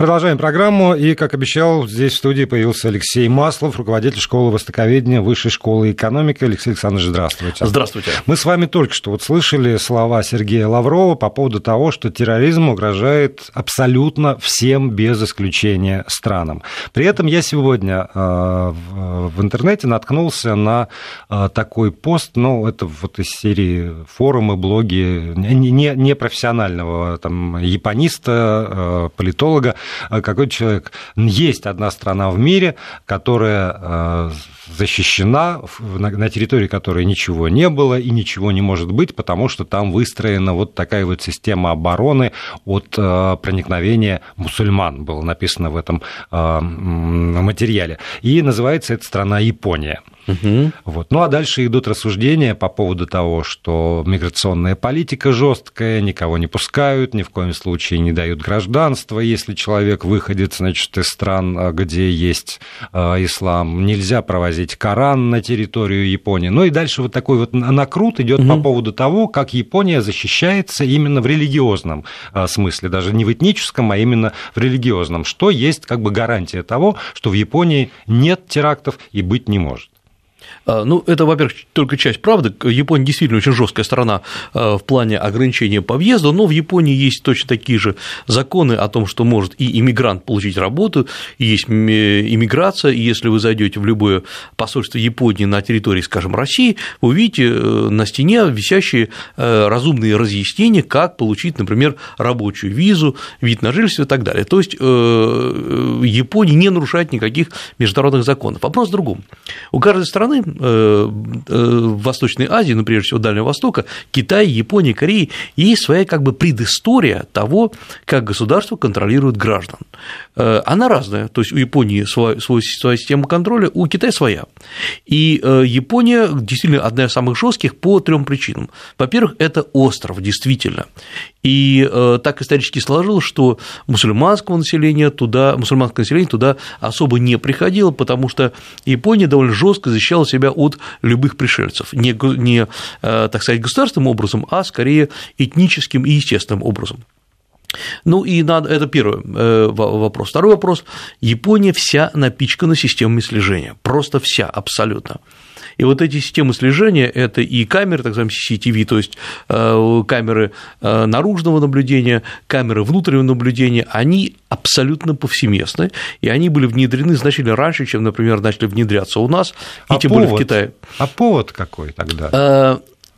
Продолжаем программу, и, как обещал, здесь в студии появился Алексей Маслов, руководитель школы востоковедения Высшей школы экономики. Алексей Александрович, здравствуйте. Здравствуйте. Мы с вами только что слышали слова Сергея Лаврова по поводу того, что терроризм угрожает абсолютно всем без исключения странам. При этом я сегодня в интернете наткнулся на такой пост, это вот из серии форумы, блоги непрофессионального там япониста, политолога, какой-то человек. Есть одна страна в мире, которая защищена, на территории которой ничего не было и ничего не может быть, потому что там выстроена вот такая вот система обороны от проникновения мусульман, было написано в этом материале. И называется эта страна Япония. Угу. Вот. А дальше идут рассуждения по поводу того, что миграционная политика жесткая, никого не пускают, ни в коем случае не дают гражданства, если человек выходит, значит, из стран, где есть ислам, нельзя провозить Коран на территорию Японии. И дальше вот такой вот накрут идет по поводу того, как Япония защищается именно в религиозном смысле, даже не в этническом, а именно в религиозном, что есть как бы гарантия того, что в Японии нет терактов и быть не может. Это, во-первых, только часть правды. Япония действительно очень жесткая страна в плане ограничения по въезду, но в Японии есть точно такие же законы о том, что может и иммигрант получить работу, и есть иммиграция, и если вы зайдете в любое посольство Японии на территории, скажем, России, вы увидите на стене висящие разумные разъяснения, как получить, например, рабочую визу, вид на жительство и так далее. То есть Япония не нарушает никаких международных законов. Вопрос в другом. У каждой страны в Восточной Азии, прежде всего Дальнего Востока, Китай, Япония, Корея, есть своя как бы предыстория того, как государство контролирует граждан. Она разная, то есть у Японии своя система контроля, у Китая своя. И Япония действительно одна из самых жестких по 3 причинам. Во-первых, это остров, действительно. И так исторически сложилось, что мусульманское население туда особо не приходило, потому что Япония довольно жестко защищала себя от любых пришельцев, не так сказать, государственным образом, а скорее этническим и естественным образом. Это первый вопрос. Второй вопрос. Япония вся напичкана системами слежения, просто вся, абсолютно. И вот эти системы слежения – это и камеры, так называемые CCTV, то есть камеры наружного наблюдения, камеры внутреннего наблюдения, они абсолютно повсеместны, и они были внедрены значительно раньше, чем, например, начали внедряться у нас, и тем более в Китае. А повод какой тогда?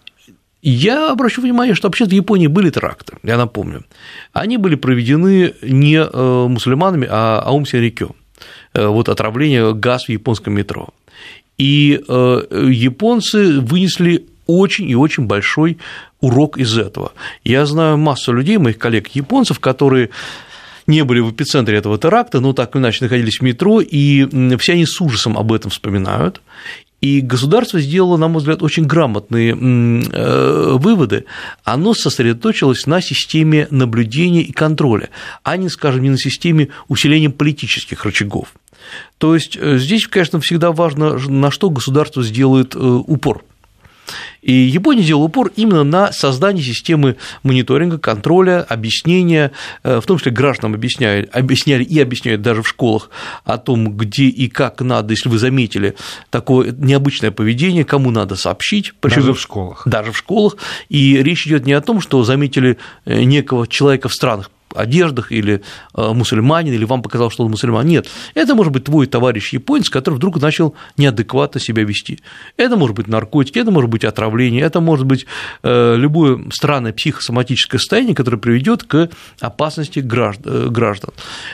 Я обращу внимание, что вообще-то в Японии были теракты, я напомню. Они были проведены не мусульманами, а Аум Синрикё, отравление газ в японском метро. И японцы вынесли очень и очень большой урок из этого. Я знаю массу людей, моих коллег-японцев, которые не были в эпицентре этого теракта, но так или иначе находились в метро, и все они с ужасом об этом вспоминают. И государство сделало, на мой взгляд, очень грамотные выводы. Оно сосредоточилось на системе наблюдения и контроля, а не, скажем, не на системе усиления политических рычагов. То есть здесь, конечно, всегда важно, на что государство сделает упор. И Япония сделала упор именно на создание системы мониторинга, контроля, объяснения, в том числе гражданам объясняли и объясняют даже в школах о том, где и как надо, если вы заметили такое необычное поведение, кому надо сообщить. Даже в школах. Даже в школах. И речь идет не о том, что заметили некого человека в странных одеждах или мусульманин, или вам показалось, что он мусульманин. Нет, это может быть твой товарищ японец, который вдруг начал неадекватно себя вести. Это может быть наркотики, это может быть отравление, это может быть любое странное психосоматическое состояние, которое приведет к опасности граждан.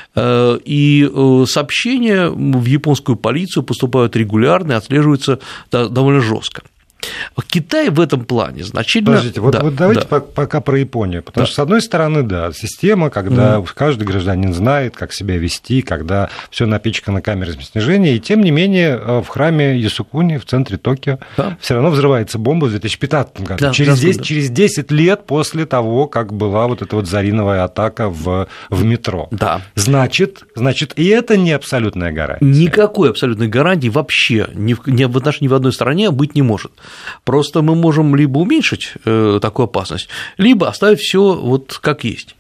И сообщения в японскую полицию поступают регулярно и отслеживаются довольно жестко. Китай в этом плане значительно… Подождите, давайте пока про Японию, потому что, с одной стороны, система, когда каждый гражданин знает, как себя вести, когда все напичкано камерами слежения, и тем не менее в храме Ясукуни в центре Токио все равно взрывается бомба в 2015 году, через 10 лет после того, как была вот эта вот зариновая атака в метро. Да. Значит, и это не абсолютная гарантия. Никакой абсолютной гарантии вообще в отношении ни в одной стране быть не может. Просто мы можем либо уменьшить такую опасность, либо оставить все вот как есть.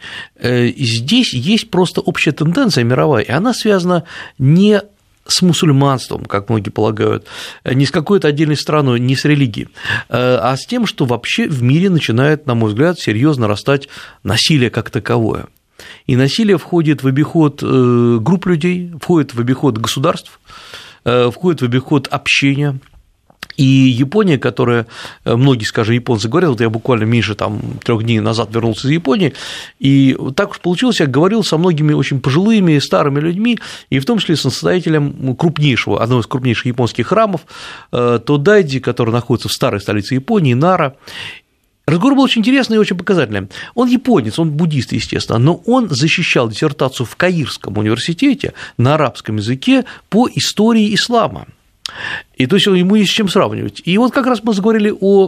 Здесь есть просто общая тенденция мировая, и она связана не с мусульманством, как многие полагают, не с какой-то отдельной страной, не с религией, а с тем, что вообще в мире начинает, на мой взгляд, серьезно нарастать насилие как таковое. И насилие входит в обиход групп людей, входит в обиход государств, входит в обиход общения. И Япония, которая, многие, скажем, японцы говорят, вот я буквально меньше 3 дней назад вернулся из Японии, и так уж получилось, я говорил со многими очень пожилыми, старыми людьми, и в том числе с настоятелем одного из крупнейших японских храмов, Тодайди, который находится в старой столице Японии, Нара. Разговор был очень интересный и очень показательный. Он японец, он буддист, естественно, но он защищал диссертацию в Каирском университете на арабском языке по истории ислама. И то есть ему есть с чем сравнивать. И вот как раз мы заговорили о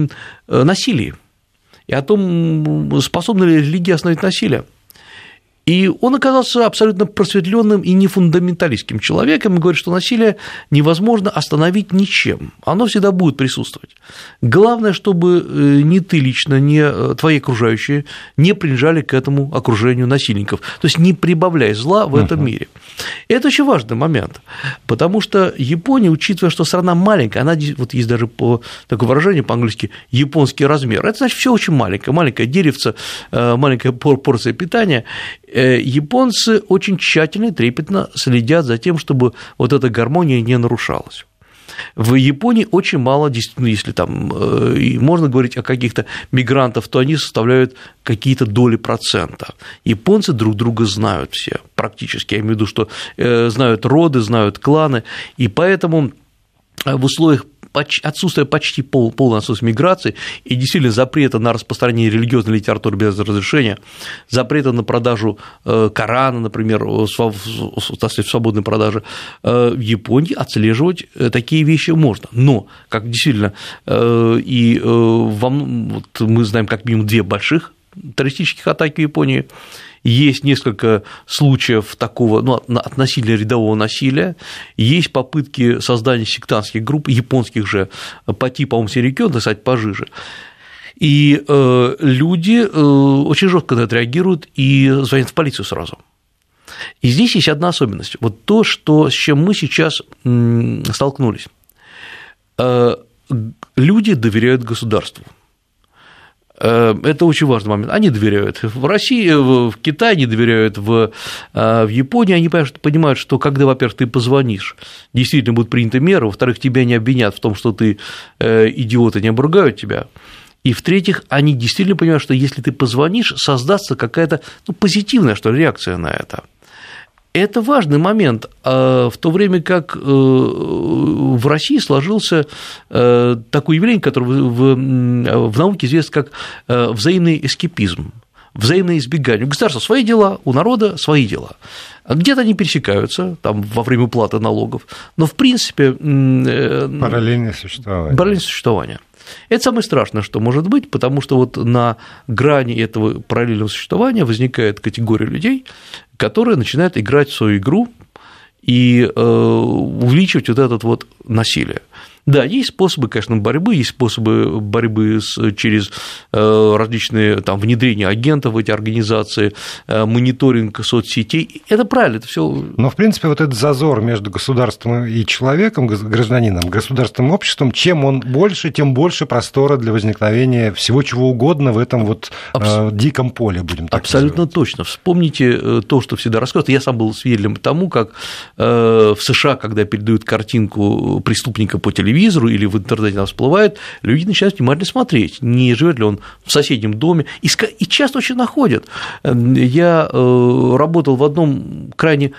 насилии и о том, способна ли религия остановить насилие. И он оказался абсолютно просветленным и не фундаменталистским человеком и говорит, что насилие невозможно остановить ничем, оно всегда будет присутствовать. Главное, чтобы ни ты лично, ни твои окружающие не принижали к этому окружению насильников, то есть не прибавляй зла в этом мире. Это очень важный момент, потому что Япония, учитывая, что страна маленькая, она, вот есть даже такое выражение по-английски «японский размер», это значит, все очень маленькое деревце, маленькая порция питания. Японцы очень тщательно и трепетно следят за тем, чтобы вот эта гармония не нарушалась. В Японии очень мало, действительно, если там можно говорить о каких-то мигрантах, то они составляют какие-то доли процента. Японцы друг друга знают все, практически, я имею в виду, что знают роды, знают кланы, и поэтому в условиях отсутствие почти полного отсутствия миграции и действительно запрета на распространение религиозной литературы без разрешения, запрета на продажу Корана, например, в свободной продаже, в Японии отслеживать такие вещи можно. Но, как действительно, и вот мы знаем как минимум 2 больших террористических атаки в Японии, есть несколько случаев такого, относительно рядового насилия, есть попытки создания сектантских групп, японских же, по типу, по-моему, Сирикё, кстати, пожиже. И люди очень жестко на это реагируют и звонят в полицию сразу. И здесь есть одна особенность. Вот то, с чем мы сейчас столкнулись. Люди доверяют государству. Это очень важный момент. Они доверяют в России, в Китае, они доверяют в Японии, они понимают, что когда, во-первых, ты позвонишь, действительно будут приняты меры, во-вторых, тебя не обвинят в том, что ты идиот, и не обругают тебя, и, в-третьих, они действительно понимают, что если ты позвонишь, создастся какая-то позитивная, что ли, реакция на это. Это важный момент, в то время как в России сложился такое явление, которое в науке известно как взаимный эскепизм, взаимное избегание. У государства свои дела, у народа свои дела. Где-то они пересекаются там, во время уплаты налогов, но в принципе… Параллельное существование. Это самое страшное, что может быть, потому что вот на грани этого параллельного существования возникает категория людей, которые начинают играть в свою игру и увеличивать вот это вот насилие. Да, есть способы, конечно, борьбы, есть способы борьбы через различные там, внедрения агентов в эти организации, мониторинг соцсетей. Это правильно, это все. Но, в принципе, вот этот зазор между государством и человеком, гражданином, государственным обществом, чем он больше, тем больше простора для возникновения всего чего угодно в этом вот диком поле, будем так Абсолютно называть. Точно. Вспомните то, что всегда рассказывают. Я сам был свидетелем тому, как в США, когда передают картинку преступника по телевизору, или в интернете она всплывает, люди начинают внимательно смотреть, не живет ли он в соседнем доме, и часто очень находят. Я работал в одном крайне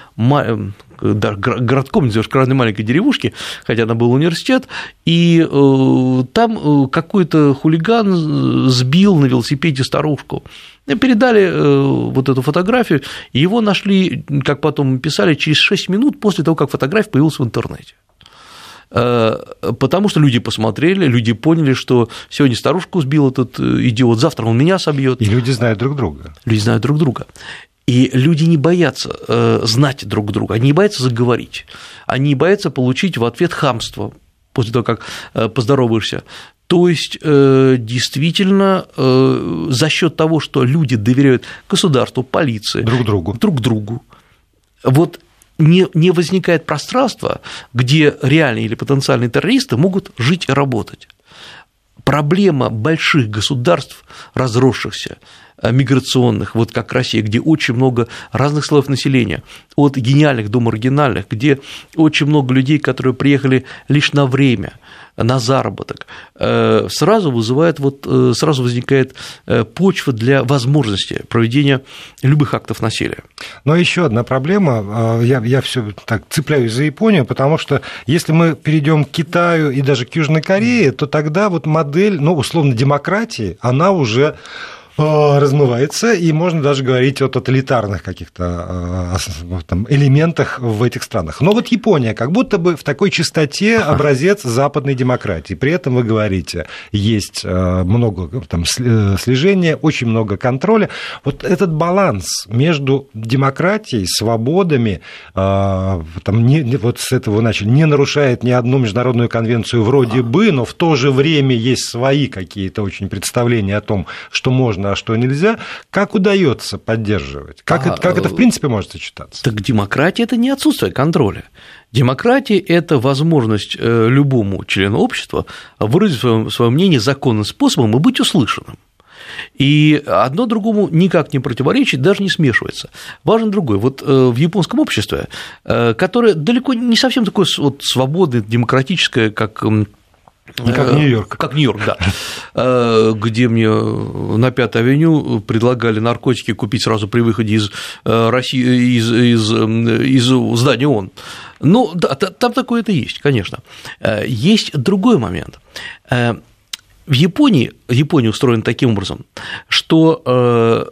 городком, назовешь, крайне маленькой деревушке, хотя она был университет, и там какой-то хулиган сбил на велосипеде старушку. Передали вот эту фотографию, и его нашли, как потом писали, через 6 минут после того, как фотография появилась в интернете. Потому что люди посмотрели, люди поняли, что сегодня старушку сбил этот идиот, завтра он меня собьет. И люди знают друг друга. Люди знают друг друга. И люди не боятся знать друг друга, они не боятся заговорить, они не боятся получить в ответ хамство. после того, как поздороваешься. То есть, действительно, за счет того, что люди доверяют государству, полиции, друг другу, вот не возникает пространства, где реальные или потенциальные террористы могут жить и работать. Проблема больших государств, разросшихся, миграционных, вот как Россия, где очень много разных слоев населения, от гениальных до маргинальных, где очень много людей, которые приехали лишь на время, на заработок, сразу возникает почва для возможности проведения любых актов насилия. Но еще одна проблема, я все так цепляюсь за Японию, потому что если мы перейдем к Китаю и даже к Южной Корее, то тогда вот модель, условно, демократии, она уже размывается, и можно даже говорить о тоталитарных каких-то там элементах в этих странах. Но вот Япония как будто бы в такой чистоте образец западной демократии. При этом вы говорите, есть много там слежения, очень много контроля. Вот этот баланс между демократией, свободами, там, вот с этого начали, не нарушает ни одну международную конвенцию вроде бы, но в то же время есть свои какие-то очень представления о том, что можно, а что нельзя, как удается поддерживать? Как это в принципе может сочетаться? Так демократия – это не отсутствие контроля. Демократия – это возможность любому члену общества выразить свое мнение законным способом и быть услышанным. И одно другому никак не противоречит, даже не смешивается. Важен другой. Вот в японском обществе, которое далеко не совсем такое вот свободное, демократическое, как Нью-Йорк. Как Нью-Йорк, да. Где мне на 5-й авеню предлагали наркотики купить сразу при выходе из России, из здания ООН. Ну, да, там такое-то есть, конечно. Есть другой момент. В Японии устроена таким образом, что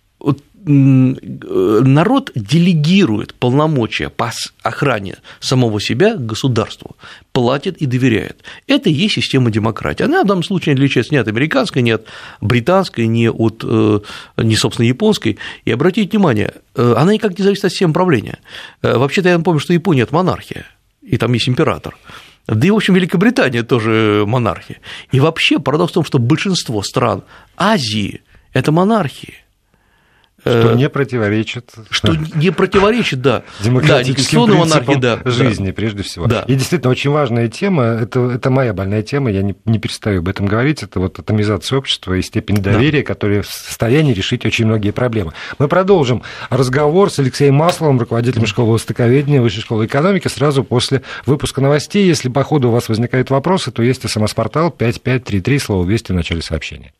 народ делегирует полномочия по охране самого себя государству, платит и доверяет. Это и есть система демократии. Она в данном случае не отличается ни от американской, ни от британской, ни, собственно, японской. И обратите внимание, она никак не зависит от системы правления. Вообще-то я напомню, что Япония – это монархия, и там есть император. Да и, в общем, Великобритания тоже монархия. И вообще парадокс в том, что большинство стран Азии – это монархии. Что не противоречит. Да. Демократическим принципам жизни, прежде всего. Да. И действительно, очень важная тема, это моя больная тема, я не перестаю об этом говорить, это вот атомизация общества и степень доверия, которая в состоянии решить очень многие проблемы. Мы продолжим разговор с Алексеем Масловым, руководителем школы востоковедения Высшей школы экономики, сразу после выпуска новостей. Если по ходу у вас возникают вопросы, то есть СМС-портал 5533, слово «Вести» в начале сообщения.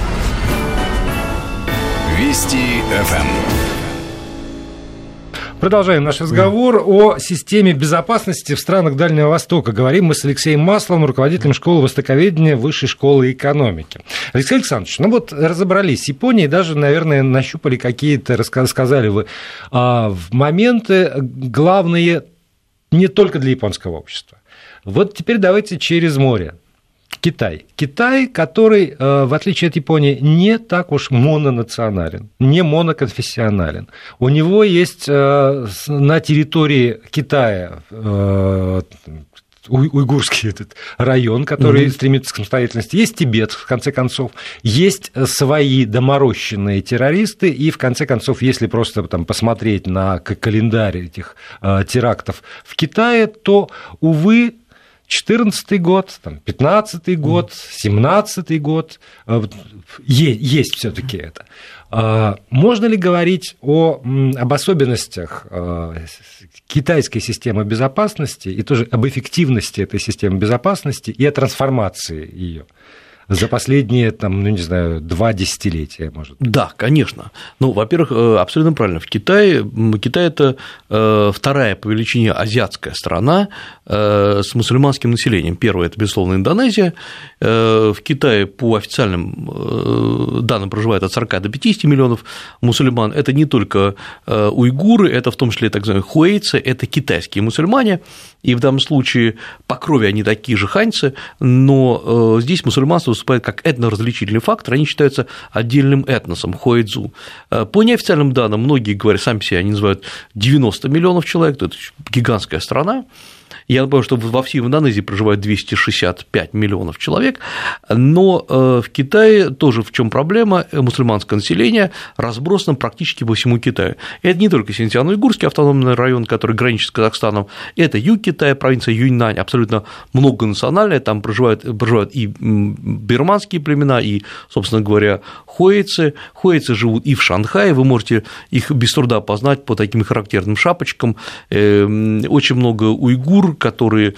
Вести ФМ. Продолжаем наш разговор о системе безопасности в странах Дальнего Востока. Говорим мы с Алексеем Масловым, руководителем школы востоковедения Высшей школы экономики. Алексей Александрович, разобрались с Японией, даже, наверное, нащупали какие-то, рассказали вы, моменты главные не только для японского общества. Вот теперь давайте через море. Китай, который, в отличие от Японии, не так уж мононационален, не моноконфессионален. У него есть на территории Китая уйгурский этот район, который стремится к самостоятельности, есть Тибет, в конце концов, есть свои доморощенные террористы, и, в конце концов, если просто там посмотреть на календарь этих терактов в Китае, то, увы, 2014 год, 2015 год, 2017 год, есть все-таки это. Можно ли говорить об особенностях китайской системы безопасности и тоже об эффективности этой системы безопасности и о трансформации ее за последние, 2 десятилетия, может быть? Да, конечно. Во-первых, абсолютно правильно. Китай – это вторая по величине азиатская страна с мусульманским населением. Первая – это, безусловно, Индонезия. В Китае по официальным данным проживает от 40 до 50 миллионов мусульман. Это не только уйгуры, это в том числе так называемые хуэйцы, это китайские мусульмане. И в данном случае по крови они такие же ханьцы, но здесь мусульманство выступает как этноразличительный фактор, они считаются отдельным этносом, хуэйцзу. По неофициальным данным, многие говорят, сами себя они называют 90 миллионов человек, это гигантская страна, Я напомню, что во всей Индонезии проживает 265 миллионов человек, но в Китае тоже в чем проблема, мусульманское население разбросано практически по всему Китаю. Это не только Синьцзян-Уйгурский автономный район, который граничит с Казахстаном, это юг Китая, провинция Юньнань, абсолютно многонациональная, там проживают и бирманские племена, и, собственно говоря, хуэйцы. Хуэйцы живут и в Шанхае, вы можете их без труда познать по таким характерным шапочкам. Очень много уйгур, которые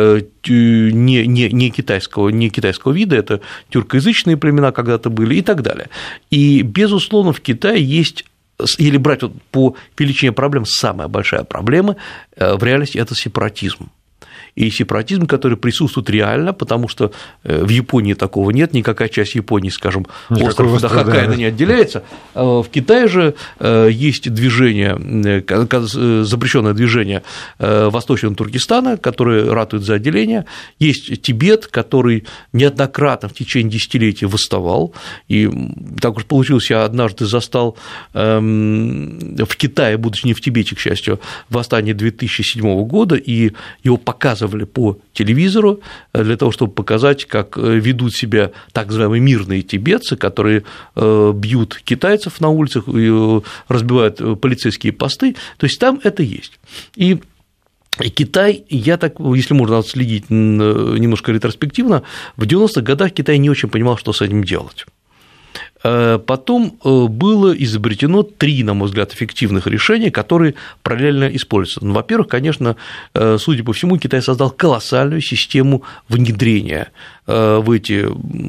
не китайского вида, это тюркоязычные племена когда-то были и так далее. И, безусловно, в Китае есть, или брать вот по величине проблем, самая большая проблема в реальности – это сепаратизм. И сепаратизм, который присутствует реально, потому что в Японии такого нет, никакая часть Японии, скажем, остров Хоккайдо не отделяется. В Китае же есть движение, запрещенное движение Восточного Туркестана, которое ратует за отделение, есть Тибет, который неоднократно в течение десятилетий восставал, и так уж получилось, я однажды застал в Китае, будучи не в Тибете, к счастью, восстание 2007 года, и его показывали по телевизору для того, чтобы показать, как ведут себя так называемые мирные тибетцы, которые бьют китайцев на улицах, разбивают полицейские посты, то есть там это есть. И Китай, я так, если можно следить немножко ретроспективно, в 90-х годах Китай не очень понимал, что с этим делать. Потом было изобретено 3, на мой взгляд, эффективных решения, которые параллельно используются. Во-первых, конечно, судя по всему, Китай создал колоссальную систему внедрения в эти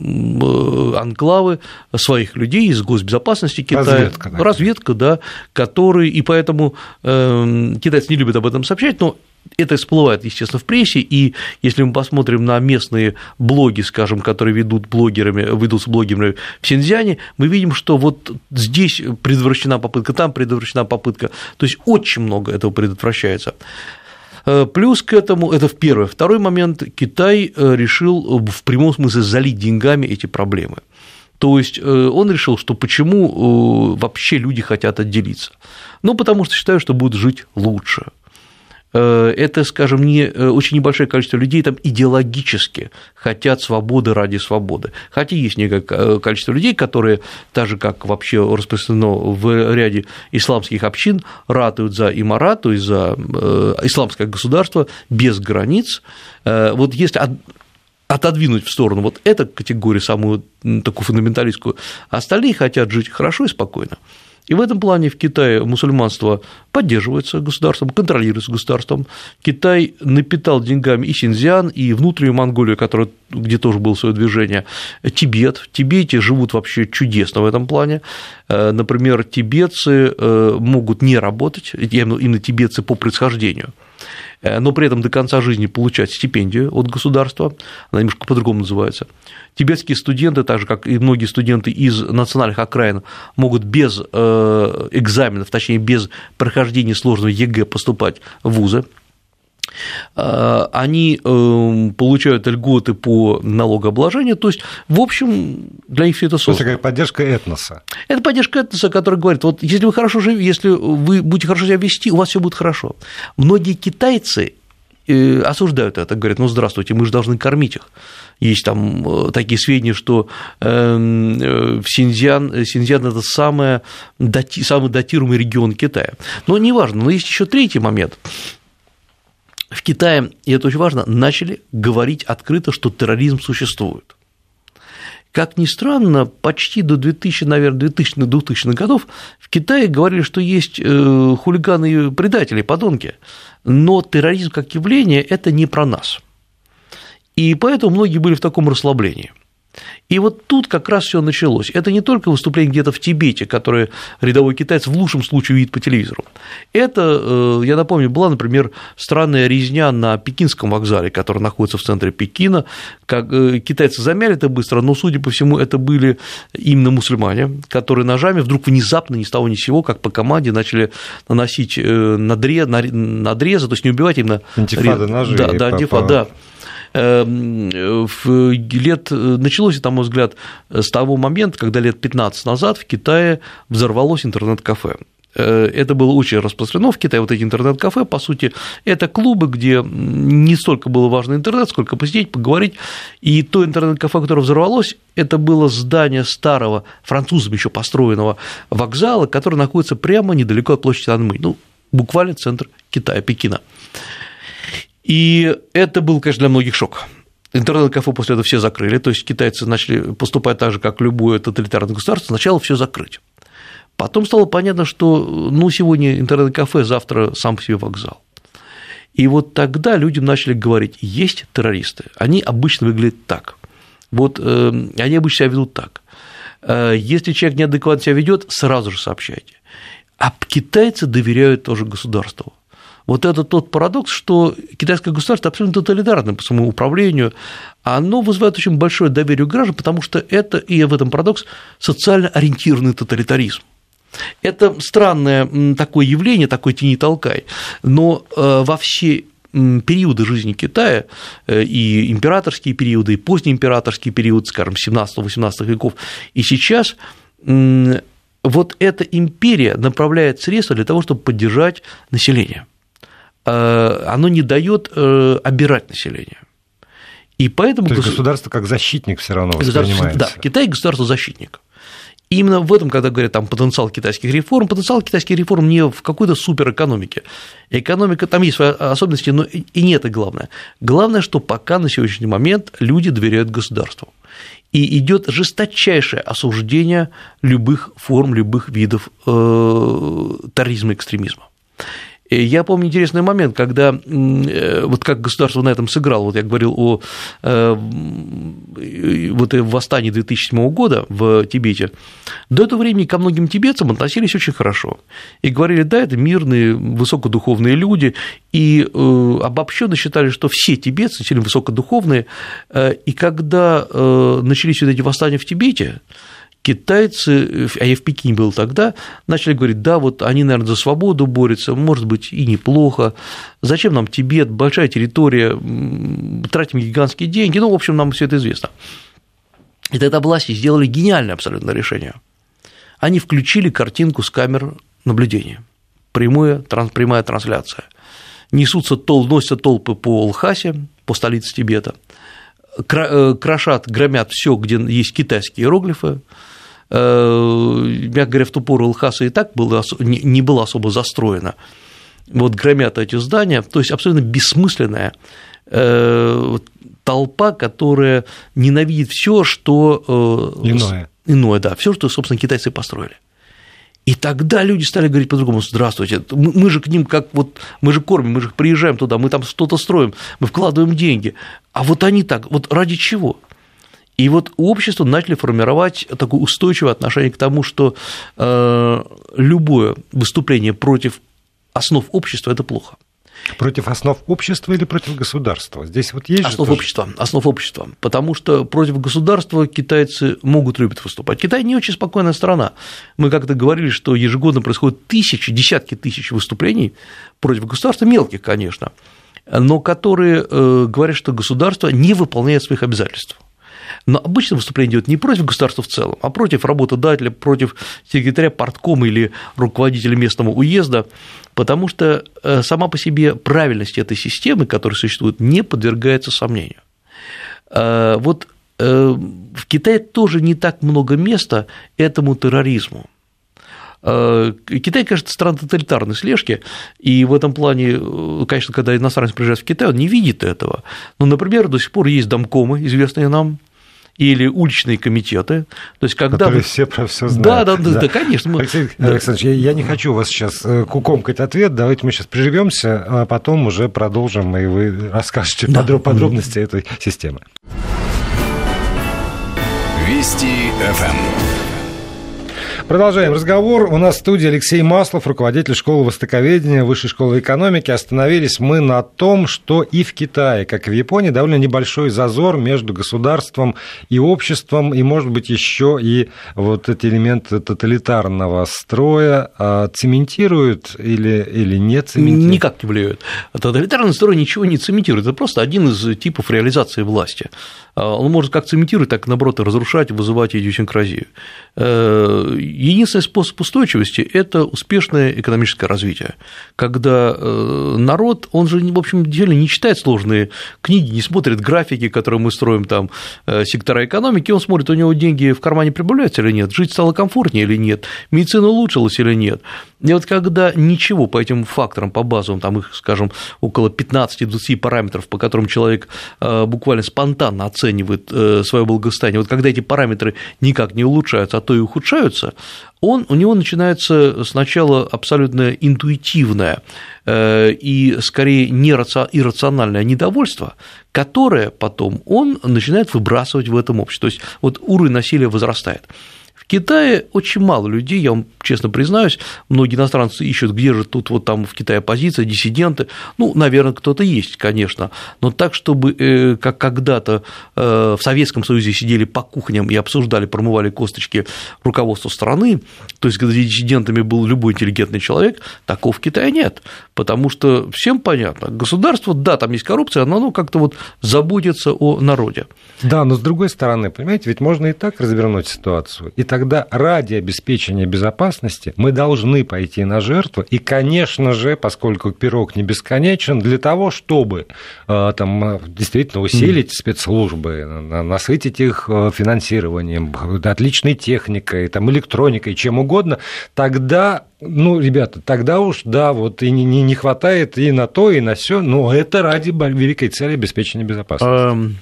анклавы своих людей из госбезопасности Китая. Разведка, да, которые, и поэтому китайцы не любят об этом сообщать, но это всплывает, естественно, в прессе, и если мы посмотрим на местные блоги, скажем, которые ведут с блогерами в Синьцзяне, мы видим, что вот здесь предотвращена попытка, там предотвращена попытка, то есть очень много этого предотвращается. Плюс к этому, это в первый. Второй момент, Китай решил в прямом смысле залить деньгами эти проблемы. То есть он решил, что почему вообще люди хотят отделиться? Ну, потому что считают, что будут жить лучше. Это, скажем, не очень небольшое количество людей там идеологически хотят свободы ради свободы. Хотя есть некое количество людей, которые, так же, как вообще распространено в ряде исламских общин, ратуют за имарат, то есть за исламское государство без границ. Вот если отодвинуть в сторону вот эту категорию, самую такую фундаменталистскую, остальные хотят жить хорошо и спокойно. И в этом плане в Китае мусульманство поддерживается государством, контролируется государством. Китай напитал деньгами и Синьцзян, и внутреннюю Монголию, где тоже было свое движение, Тибет. В Тибете живут вообще чудесно в этом плане. Например, тибетцы могут не работать, именно тибетцы по происхождению, но при этом до конца жизни получать стипендию от государства, она немножко по-другому называется. Тибетские студенты, так же, как и многие студенты из национальных окраин, могут без экзаменов, точнее, без прохождения сложного ЕГЭ поступать в вузы. Они получают льготы по налогообложению, то есть, в общем, для них все это создано. Это такая поддержка этноса. Это поддержка этноса, которая говорит, вот если вы хорошо живете, если вы будете хорошо себя вести, у вас все будет хорошо. Многие китайцы осуждают это, говорят, ну, здравствуйте, мы же должны кормить их. Есть там такие сведения, что Синьцзян – это самый датируемый регион Китая. Но неважно, но есть еще третий момент. В Китае, и это очень важно, начали говорить открыто, что терроризм существует. Как ни странно, почти до 2000-х годов в Китае говорили, что есть хулиганы и предатели, подонки, но терроризм как явление – это не про нас. И поэтому многие были в таком расслаблении. И вот тут как раз все началось. Это не только выступление где-то в Тибете, которое рядовой китаец в лучшем случае видит по телевизору. Это, я напомню, была, например, странная резня на Пекинском вокзале, который находится в центре Пекина. Китайцы замяли это быстро, но, судя по всему, это были именно мусульмане, которые ножами вдруг внезапно, ни с того ни с сего, как по команде, начали наносить надрезы, то есть не убивать именно… Антифада ножи. Да, антифада, да. Началось это, на мой взгляд, с того момента, когда лет 15 назад в Китае взорвалось интернет-кафе. Это было очень распространено в Китае, вот эти интернет-кафе, по сути, это клубы, где не столько было важно интернет, сколько посидеть, поговорить, и то интернет-кафе, которое взорвалось, это было здание старого, французами еще построенного вокзала, который находится прямо недалеко от площади Анмэнь, ну, буквально центр Китая, Пекина. И это был, конечно, для многих шок. Интернет-кафе после этого все закрыли, то есть китайцы начали поступать так же, как любое тоталитарное государство, сначала все закрыть. Потом стало понятно, что ну, сегодня интернет-кафе, завтра сам по себе вокзал. И вот тогда людям начали говорить, есть террористы, они обычно выглядят так, вот они обычно себя ведут так. Если человек неадекватно себя ведет, сразу же сообщайте. А китайцы доверяют тоже государству. Вот это тот парадокс, что китайское государство абсолютно тоталитарное по своему управлению, оно вызывает очень большое доверие у граждан, потому что это, и в этом парадокс, социально ориентированный тоталитаризм. Это странное такое явление, такой тяни-толкай, но во все периоды жизни Китая, и императорские периоды, и позднеимператорские периоды, скажем, 17-18 веков, и сейчас вот эта империя направляет средства для того, чтобы поддержать население. Оно не дает обирать население. И поэтому то есть государство как защитник все равно воспринимается. Да, Китай – государство-защитник. И именно в этом, когда говорят там потенциал китайских реформ не в какой-то суперэкономике. Экономика, там есть свои особенности, но и не это главное. Главное, что пока на сегодняшний момент люди доверяют государству. И идет жесточайшее осуждение любых форм, любых видов терроризма и экстремизма. Я помню интересный момент, когда вот как государство на этом сыграло, вот я говорил о вот восстании 2007 года в Тибете, до этого времени ко многим тибетцам относились очень хорошо и говорили, да, это мирные, высокодуховные люди, и обобщенно считали, что все тибетцы сильно высокодуховные, и когда начались вот эти восстания в Тибете, китайцы, а я в Пекине был тогда, начали говорить, да, вот они, наверное, за свободу борются, может быть, и неплохо, зачем нам Тибет, большая территория, тратим гигантские деньги, ну, в общем, нам все это известно. И тогда власти сделали гениальное абсолютно решение. Они включили картинку с камер наблюдения, прямая трансляция. Носятся толпы по Лхасе, по столице Тибета, крошат, громят все, где есть китайские иероглифы. Мягко говоря, в ту пору Лхаса и так не была особо застроена. Вот громят эти здания, то есть абсолютно бессмысленная толпа, которая ненавидит все, что иное, да, все, что, собственно, китайцы построили. И тогда люди стали говорить по-другому: здравствуйте, мы же к ним как вот, мы же кормим, мы же приезжаем туда, мы там что-то строим, мы вкладываем деньги, а вот они так, вот ради чего? И вот общество начали формировать такое устойчивое отношение к тому, что любое выступление против основ общества – это плохо. Против основ общества или против государства? Здесь вот есть основ общества, потому что против государства китайцы любят выступать. Китай не очень спокойная страна. Мы как-то говорили, что ежегодно происходят десятки тысяч выступлений против государства, мелких, конечно, но которые говорят, что государство не выполняет своих обязательств. Но обычно выступление идет не против государства в целом, а против работодателя, против секретаря парткома или руководителя местного уезда, потому что сама по себе правильность этой системы, которая существует, не подвергается сомнению. Вот в Китае тоже не так много места этому терроризму. Китай, конечно, страна тоталитарной слежки, и в этом плане, конечно, когда иностранец приезжает в Китай, он не видит этого. Но, например, до сих пор есть домкомы, известные нам, или уличные комитеты, то есть когда которые все про все знают. Да, конечно. Алексей Александрович, я не хочу вас сейчас кукомкать ответ, давайте мы сейчас приживемся, а потом уже продолжим, и вы расскажете подробности этой системы. Вести ФМ. Продолжаем разговор. У нас в студии Алексей Маслов, руководитель школы востоковедения, Высшей школы экономики. Остановились мы на том, что и в Китае, как и в Японии, довольно небольшой зазор между государством и обществом, и, может быть, еще и вот эти элементы тоталитарного строя цементируют или не цементируют? Никак не влияют. Тоталитарный строй ничего не цементирует. Это просто один из типов реализации власти. он может как цементировать, так, наоборот, разрушать, вызывать идиосинкразию. Единственный способ устойчивости – это успешное экономическое развитие, когда народ, он же, в общем деле, не читает сложные книги, не смотрит графики, которые мы строим, там, сектора экономики, он смотрит, у него деньги в кармане прибавляются или нет, жить стало комфортнее или нет, медицина улучшилась или нет. И вот когда ничего по этим факторам, по базовым, там их, скажем, около 15-20 параметров, по которым человек буквально спонтанно оценивает свое благосостояние, вот когда эти параметры никак не улучшаются, а то и ухудшаются, у него начинается сначала абсолютно интуитивное и, скорее, иррациональное недовольство, которое потом он начинает выбрасывать в этом обществе. То есть вот уровень насилия возрастает. В Китае очень мало людей, я вам честно признаюсь, многие иностранцы ищут, где же тут вот там в Китае оппозиция, диссиденты, ну, наверное, кто-то есть, конечно, но так, чтобы как когда-то в Советском Союзе сидели по кухням и обсуждали, промывали косточки руководству страны, то есть, когда диссидентами был любой интеллигентный человек, такого в Китае нет, потому что всем понятно, государство, да, там есть коррупция, но оно как-то вот заботится о народе. Да, но с другой стороны, понимаете, ведь можно и так развернуть ситуацию, и тогда ради обеспечения безопасности мы должны пойти на жертву, и, конечно же, поскольку пирог не бесконечен, для того, чтобы там, действительно усилить спецслужбы, насытить их финансированием, отличной техникой, там, электроникой, чем угодно, тогда, ну, ребята, тогда уж, да, вот и не хватает и на то, и на сё, но это ради великой цели обеспечения безопасности.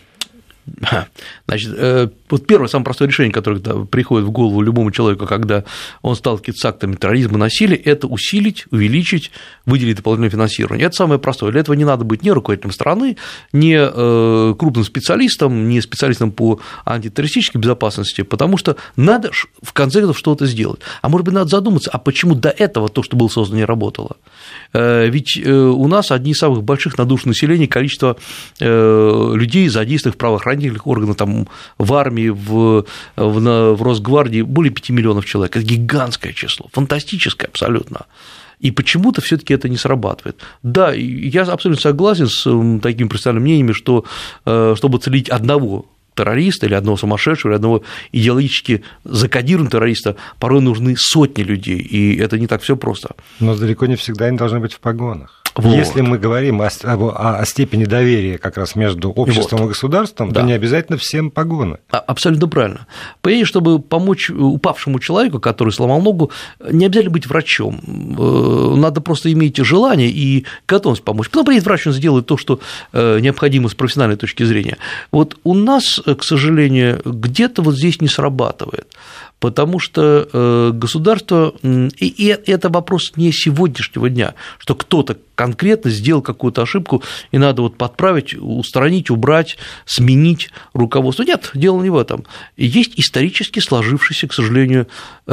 Значит, вот первое, самое простое решение, которое приходит в голову любому человеку, когда он сталкивается с актами терроризма, насилия, это усилить, увеличить, выделить дополнительное финансирование. Это самое простое. Для этого не надо быть ни руководителем страны, ни крупным специалистом, ни специалистом по антитеррористической безопасности, потому что надо в конце концов что-то сделать. А может быть, надо задуматься, а почему до этого то, что было создано, не работало? Ведь у нас одни из самых больших на душу населения количество людей, задействованных в правоохранительных органах, там, в армии, в Росгвардии, более 5 миллионов человек. Это гигантское число, фантастическое абсолютно. И почему-то все-таки это не срабатывает. Да, я абсолютно согласен с такими представленными мнениями, что чтобы целить одного террориста или одного сумасшедшего, или одного идеологически закодированного террориста, порой нужны сотни людей, и это не так все просто. Но далеко не всегда они должны быть в погонах. Вот. Если мы говорим о степени доверия как раз между обществом и государством, то не обязательно всем погоны. Абсолютно правильно. Понимаете, чтобы помочь упавшему человеку, который сломал ногу, не обязательно быть врачом. Надо просто иметь желание и готовность помочь. Потом приедет врач, он сделает то, что необходимо с профессиональной точки зрения. Вот у нас, к сожалению, где-то вот здесь не срабатывает. Потому что государство, и это вопрос не сегодняшнего дня, что кто-то конкретно сделал какую-то ошибку, и надо вот подправить, устранить, убрать, сменить руководство. Нет, дело не в этом. Есть исторически сложившееся, к сожалению,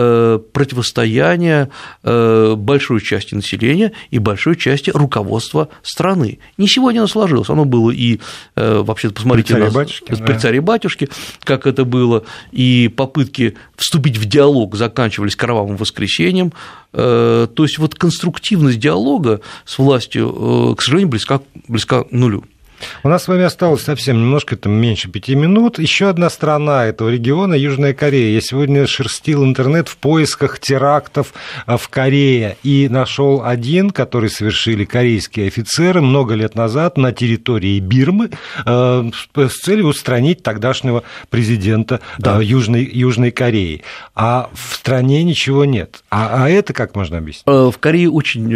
противостояние большой части населения и большой части руководства страны. Не сегодня оно сложилось, оно было и, вообще-то, посмотрите при царе-батюшке, как это было, и попытки вступить в диалог заканчивались кровавым воскресеньем. То есть вот конструктивность диалога с властью, к сожалению, близка к нулю. У нас с вами осталось совсем немножко, там меньше 5 минут. Еще одна страна этого региона – Южная Корея. Я сегодня шерстил интернет в поисках терактов в Корее и нашел один, который совершили корейские офицеры много лет назад на территории Бирмы с целью устранить тогдашнего президента Южной Кореи. А в стране ничего нет. А это как можно объяснить? В Корее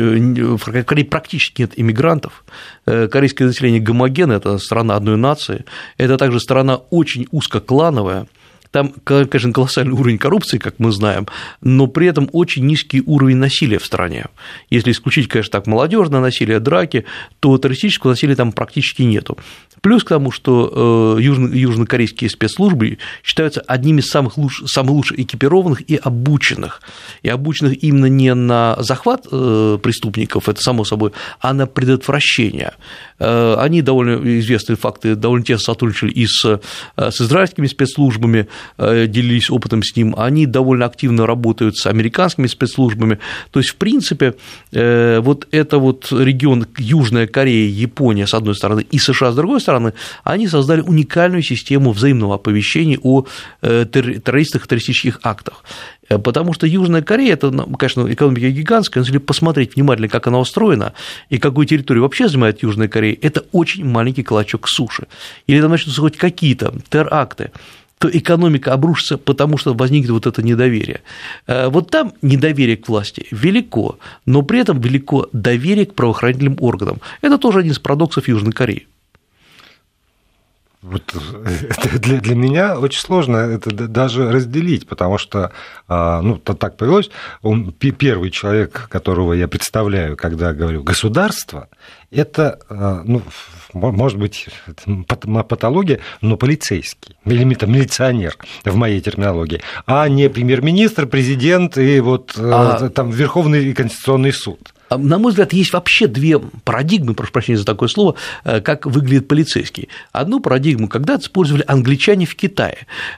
практически нет иммигрантов. Корейское население гомогенно, это страна одной нации, это также страна очень узкоклановая. Там, конечно, колоссальный уровень коррупции, как мы знаем, но при этом очень низкий уровень насилия в стране. Если исключить, конечно, так молодежное насилие, драки, то террористического насилия там практически нету. Плюс к тому, что южнокорейские спецслужбы считаются одними из самых лучше экипированных и обученных именно не на захват преступников, это само собой, а на предотвращение. Они довольно известные факты, довольно тесно сотрудничали и с израильскими спецслужбами, делились опытом с ним, они довольно активно работают с американскими спецслужбами. То есть, в принципе, вот это вот регион Южная Корея, Япония, с одной стороны, и США, с другой стороны, они создали уникальную систему взаимного оповещения о террористических актах. Потому что Южная Корея – это, конечно, экономика гигантская, но если посмотреть внимательно, как она устроена и какую территорию вообще занимает Южная Корея, это очень маленький клочок суши. Если там начнутся хоть какие-то теракты, то экономика обрушится, потому что возникнет вот это недоверие. Вот там недоверие к власти велико, но при этом велико доверие к правоохранительным органам. Это тоже один из парадоксов Южной Кореи. Вот для меня очень сложно это даже разделить, потому что, ну, так повелось, он первый человек, которого я представляю, когда говорю «государство», это, ну, может быть, патология, но полицейский, или там милиционер в моей терминологии, а не премьер-министр, президент и вот там Верховный Конституционный суд. На мой взгляд, есть вообще две парадигмы, прошу прощения за такое слово, как выглядит полицейский. Одну парадигму когда-то использовали англичане в Китае.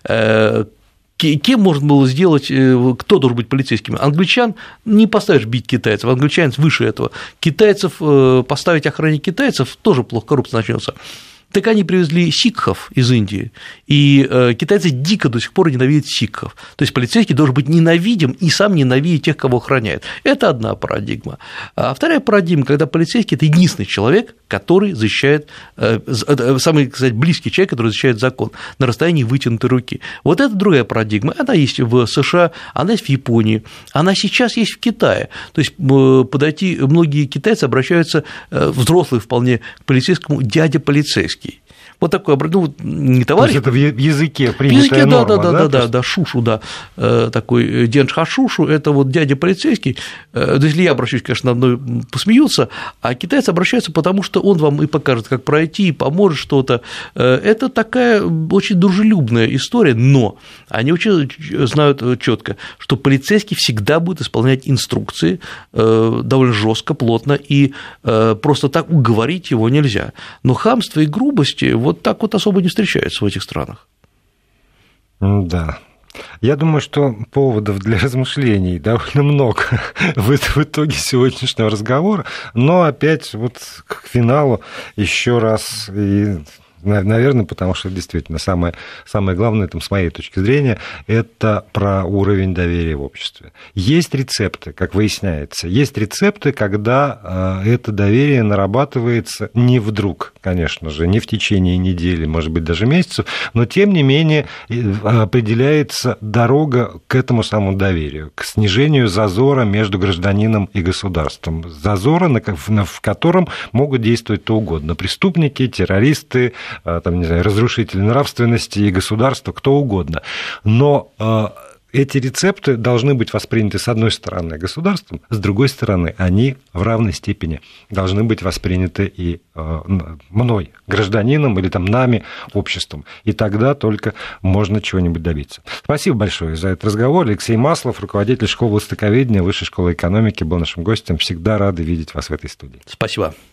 Кем можно было сделать, кто должен быть полицейским? Англичан не поставишь бить китайцев, англичан выше этого. Китайцев поставить охранять китайцев тоже плохо, коррупция начнется. Так они привезли сикхов из Индии, и китайцы дико до сих пор ненавидят сикхов. То есть полицейский должен быть ненавидим и сам ненавидеть тех, кого охраняет. Это одна парадигма. А вторая парадигма, когда полицейский – это единственный человек, который защищает, самый, кстати, близкий человек, который защищает закон на расстоянии вытянутой руки. Вот это другая парадигма. Она есть в США, она есть в Японии, она сейчас есть в Китае. То есть подойти, многие китайцы обращаются, взрослые вполне, к полицейскому «дядя полицейский». Вот такой, ну, не товарищ. То есть это в языке принятая норма, да, шушу, да, такой деншха шушу, это вот дядя полицейский, если я обращусь, конечно, над мной посмеются, а китайцы обращаются, потому что он вам и покажет, как пройти, и поможет что-то. Это такая очень дружелюбная история, но они очень знают четко, что полицейский всегда будет исполнять инструкции довольно жестко, плотно, и просто так уговорить его нельзя. Но хамство и грубости вот так вот особо не встречаются в этих странах. Да. Я думаю, что поводов для размышлений довольно много в итоге сегодняшнего разговора, но опять вот к финалу еще раз и... Наверное, потому что действительно самое главное, там, с моей точки зрения, это про уровень доверия в обществе. Есть рецепты, как выясняется, есть рецепты, когда это доверие нарабатывается не вдруг, конечно же, не в течение недели, может быть, даже месяцев, но тем не менее определяется дорога к этому самому доверию, к снижению зазора между гражданином и государством. Зазора, в котором могут действовать кто угодно. Преступники, террористы, там, не знаю, разрушители нравственности и государства, кто угодно. Но эти рецепты должны быть восприняты, с одной стороны, государством, с другой стороны, они в равной степени должны быть восприняты и мной, гражданином, или там нами, обществом. И тогда только можно чего-нибудь добиться. Спасибо большое за этот разговор. Алексей Маслов, руководитель школы востоковедения Высшей школы экономики, был нашим гостем. Всегда рады видеть вас в этой студии. Спасибо.